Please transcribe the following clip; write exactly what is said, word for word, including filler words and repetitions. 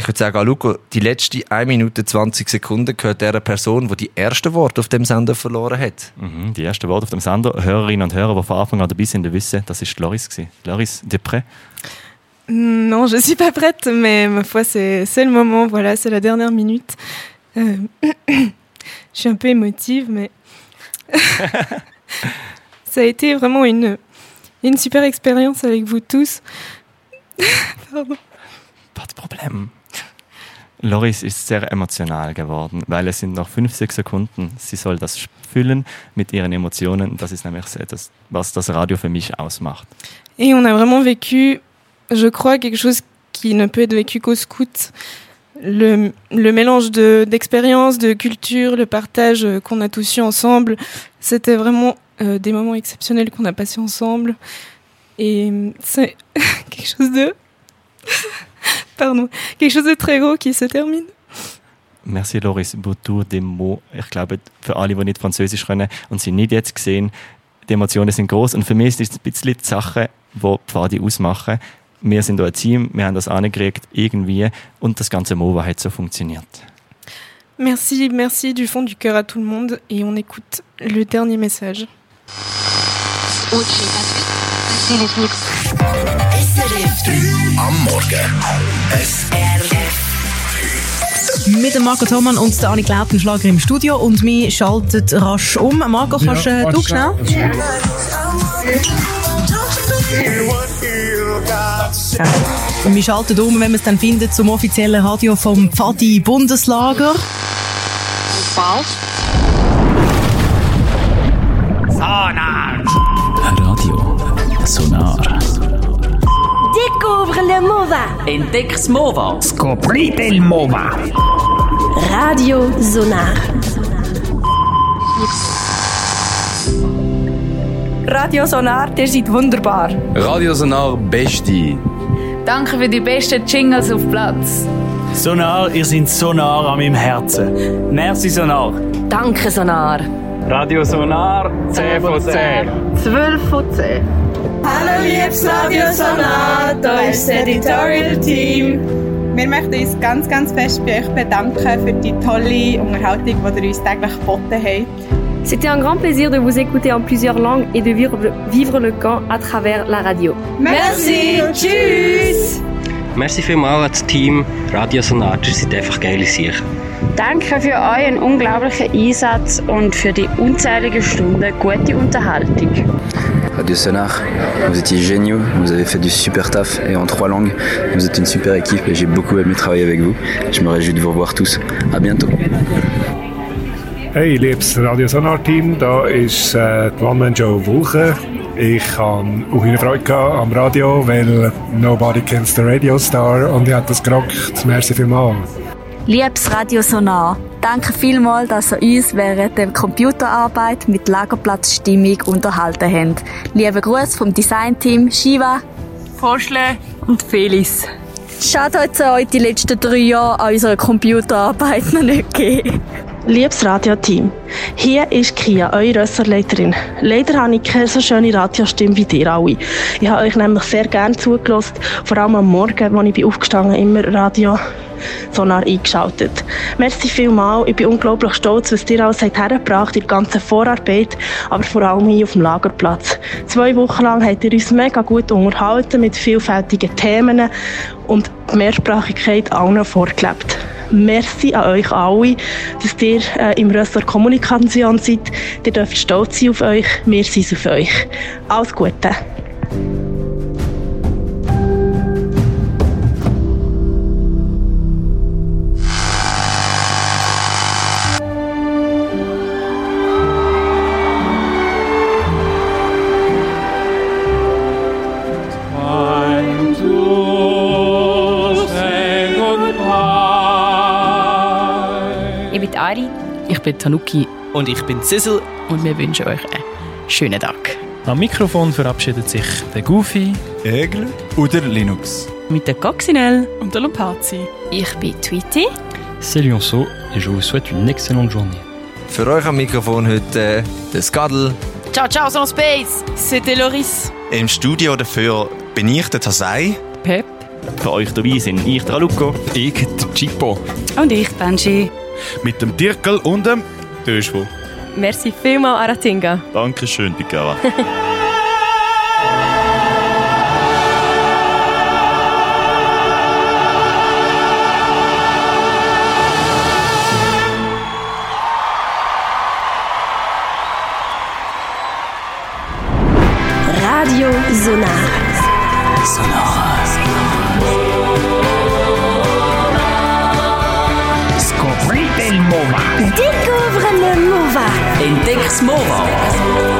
Ich würde sagen, Luco, die letzte eine Minute zwanzig Sekunden gehört der Person, die die ersten Worte auf dem Sender verloren hat. Mhm, die ersten Worte auf dem Sender. Hörerinnen und Hörer, die von Anfang an dabei sind, wissen, das war Loris. Loris, t'es prêt? Non, je suis pas prête, mais ma foi, c'est, c'est le moment. Voilà, c'est la dernière minute. Euh, je suis un peu émotive, mais ça a été vraiment une, une super expérience avec vous tous. Pardon. Pas de Problem. Loris ist sehr emotional geworden, weil es sind noch fünfzig Sekunden. Sie soll das füllen mit ihren Emotionen. Das ist nämlich das, was das Radio für mich ausmacht. Et on a vraiment vécu, je crois, quelque chose qui ne peut être vécu qu'au scout. Le, le mélange de, d'expérience, de culture, le partage qu'on a tous eu ensemble, c'était vraiment euh, des moments exceptionnels qu'on a passés ensemble. Et c'est quelque chose de... Pardon. Quelque chose de très gros qui se termine. Merci Loris, Boutour des mots. Ich glaube, für alle, die nicht Französisch können und sie nicht jetzt gesehen, die Emotionen sind groß. Und für mich ist es ein bisschen die Sache, die Pfadi ausmachen. Wir sind hier ein Team, wir haben das angekriegt, irgendwie. Und das ganze MOVA hat so funktioniert. Merci, merci du fond du cœur à tout le monde. Et on écoute le dernier message. S R F drei am Morgen. S R F mit dem Marco Thomann und der Annik Lautenschlager im Studio und wir schalten rasch um. Marco, kannst äh, du schnell? Ja. Wir schalten um, wenn wir es dann finden, zum offiziellen Radio vom Pfadi Bundeslager. Sonar! Radio Sonar. Découvre le MOVA. Entdeck's MOVA. Scoprite il MOVA. Radio Sonar. Radio Sonar, ihr seid wunderbar. Radio Sonar, Beste. Danke für die besten Jingles auf Platz. Sonar, ihr seid so nah an meinem Herzen. Merci Sonar. Danke Sonar. Radio Sonar, zehn von zehn. zwölf von zehn. Hallo liebes Radio Sonar, da ist das Editorial Team. Wir möchten uns ganz, ganz fest bei euch bedanken für die tolle Unterhaltung, die ihr uns täglich geboten habt. C'était un grand plaisir de vous écouter en plusieurs langues et de vivre, vivre le camp à travers la radio. Merci, tschüss! Merci vielmals an das Team Radio Sonar, ihr seid einfach geile Sicher. Danke für euren unglaublichen Einsatz und für die unzähligen Stunden gute Unterhaltung. Radio Sonar, vous étiez géniaux, vous avez fait du super taf et en trois langues, vous êtes une super équipe et j'ai beaucoup aimé travailler avec vous. Je me réjouis de vous revoir tous. À bientôt. Hey, liebes Radio Sonar Team, da ist äh, die One-Man-Show Woche. Ich hatte auch eine Freude am Radio, weil Nobody Can the Radio Star und ich habe das gerockt. Merci vielmals. Liebes Radio Sonar, danke vielmals, dass ihr uns während der Computerarbeit mit Lagerplatzstimmung unterhalten habt. Liebe Grüße vom Designteam Shiva, Vorschle und Felis. Schade, hat es euch die letzten drei Jahre an unserer Computerarbeit noch nicht gegeben. Liebes Radioteam, hier ist Kia, eure Rösserleiterin. Leider habe ich keine so schöne Radiostimme wie ihr alle. Ich habe euch nämlich sehr gerne zugelassen, vor allem am Morgen, als ich aufgestanden bin, immer Radio Sonar eingeschaltet. Merci vielmals, ich bin unglaublich stolz, was ihr alles hergebracht habt, die ganze Vorarbeit, aber vor allem hier auf dem Lagerplatz. Zwei Wochen lang habt ihr uns mega gut unterhalten mit vielfältigen Themen und die Mehrsprachigkeit allen vorgelebt. Merci an euch alle, dass ihr äh, im Ressort Kommunikation seid. Ihr dürft stolz sein auf euch, wir sind auf euch. Alles Gute. Ari. Ich bin Tanuki. Und ich bin Sissel. Und wir wünschen euch einen schönen Tag. Am Mikrofon verabschiedet sich der Goofy, Egel oder Linux. Mit der Coccinelle und der Lumpazi. Ich bin Tweety. C'est Lionceau et je vous souhaite une excellente journée. Für euch am Mikrofon heute äh, der Skadl. Ciao, ciao, Son Space. C'était Loris. Im Studio dafür bin ich der Tasei. Pep. Für euch dabei sind ich, der Luco. Ich, der Cipo. Und ich, Benji. Mit dem Dirkel und dem Döschwo. Merci vielmals, Aratinga. Dankeschön, Picava. Radio Sonar. Sonora. Scoprite il Mova. Découvre le Mova. Entdeck's Mova.